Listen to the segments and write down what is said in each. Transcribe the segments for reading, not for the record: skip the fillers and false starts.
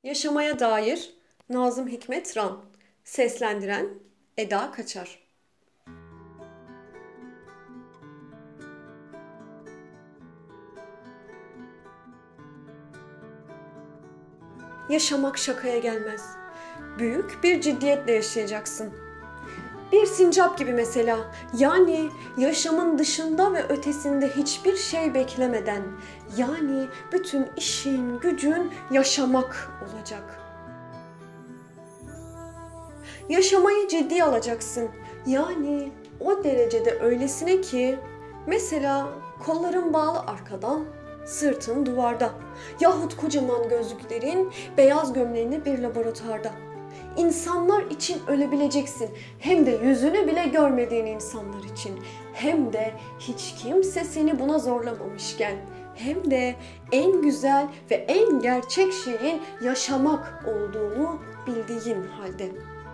Yaşamaya dair Nazım Hikmet Ran. Seslendiren Eda Kaçar. Yaşamak şakaya gelmez. Büyük bir ciddiyetle yaşayacaksın. Bir sincap gibi mesela. Yani yaşamın dışında ve ötesinde hiçbir şey beklemeden. Yani bütün işin, gücün yaşamak olacak. Yaşamayı ciddiye alacaksın. Yani o derecede öylesine ki mesela kolların bağlı arkadan, sırtın duvarda yahut kocaman gözlüklerin, beyaz gömleğini bir laboratuvarda. İnsanlar için ölebileceksin. Hem de yüzünü bile görmediğin insanlar için. Hem de hiç kimse seni buna zorlamamışken. Hem de en güzel ve en gerçek şeyin yaşamak olduğunu bildiğin halde.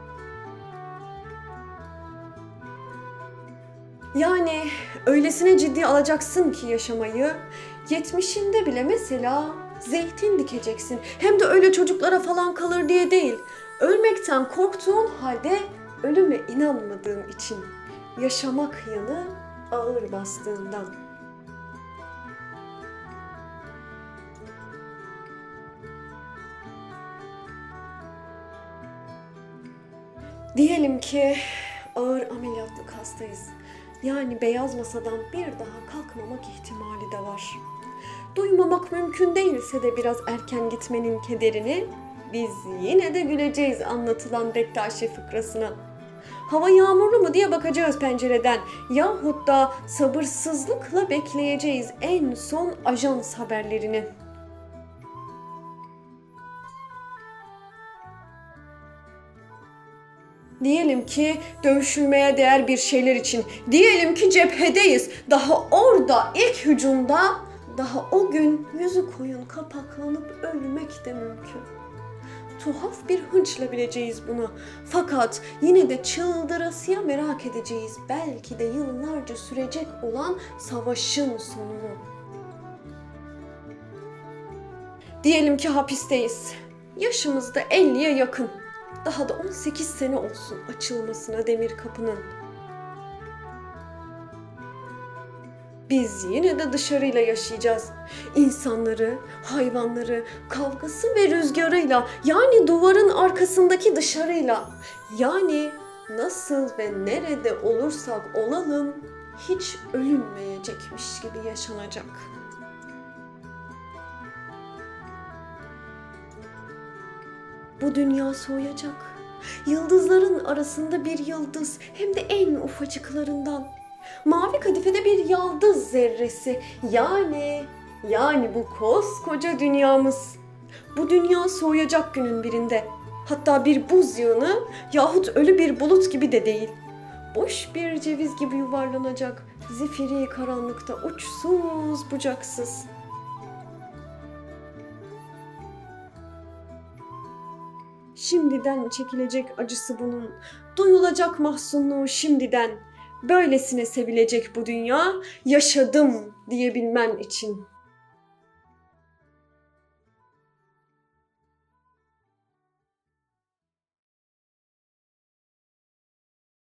Yani öylesine ciddi alacaksın ki yaşamayı, 70'inde bile mesela zeytin dikeceksin. Hem de öyle çocuklara falan kalır diye değil. Ölmekten korktuğun halde ölüme inanmadığın için. Yaşamak yanı ağır bastığından. Diyelim ki ağır ameliyatlık hastayız. Yani beyaz masadan bir daha kalkmamak ihtimali de var. Duymamak mümkün değilse de biraz erken gitmenin kederini biz yine de güleceğiz anlatılan Bektaşi fıkrasına. Hava yağmurlu mu diye bakacağız pencereden yahut da sabırsızlıkla bekleyeceğiz en son ajans haberlerini. Diyelim ki dövüşülmeye değer bir şeyler için, diyelim ki cephedeyiz, daha orada ilk hücumda, daha o gün yüzü koyun kapaklanıp ölmek de mümkün. Tuhaf bir hınçla bileceğiz bunu. Fakat yine de çıldırasıya merak edeceğiz belki de yıllarca sürecek olan savaşın sonunu. Diyelim ki hapisteyiz. Yaşımız da 50'ye yakın. Daha da 18 sene olsun açılmasına demir kapının. Biz yine de dışarıyla yaşayacağız. İnsanları, hayvanları, kavgası ve rüzgarıyla, yani duvarın arkasındaki dışarıyla, yani nasıl ve nerede olursak olalım hiç ölünmeyecekmiş gibi yaşanacak. Bu dünya soğuyacak. Yıldızların arasında bir yıldız, hem de en ufacıklarından. Mavi kadifede bir yıldız zerresi. Yani bu koskoca dünyamız. Bu dünya soğuyacak günün birinde. Hatta bir buz yığını yahut ölü bir bulut gibi de değil. Boş bir ceviz gibi yuvarlanacak. Zifiri karanlıkta uçsuz bucaksız. Şimdiden çekilecek acısı bunun, duyulacak mahzunluğu şimdiden. Böylesine sevilecek bu dünya, yaşadım diyebilmen için.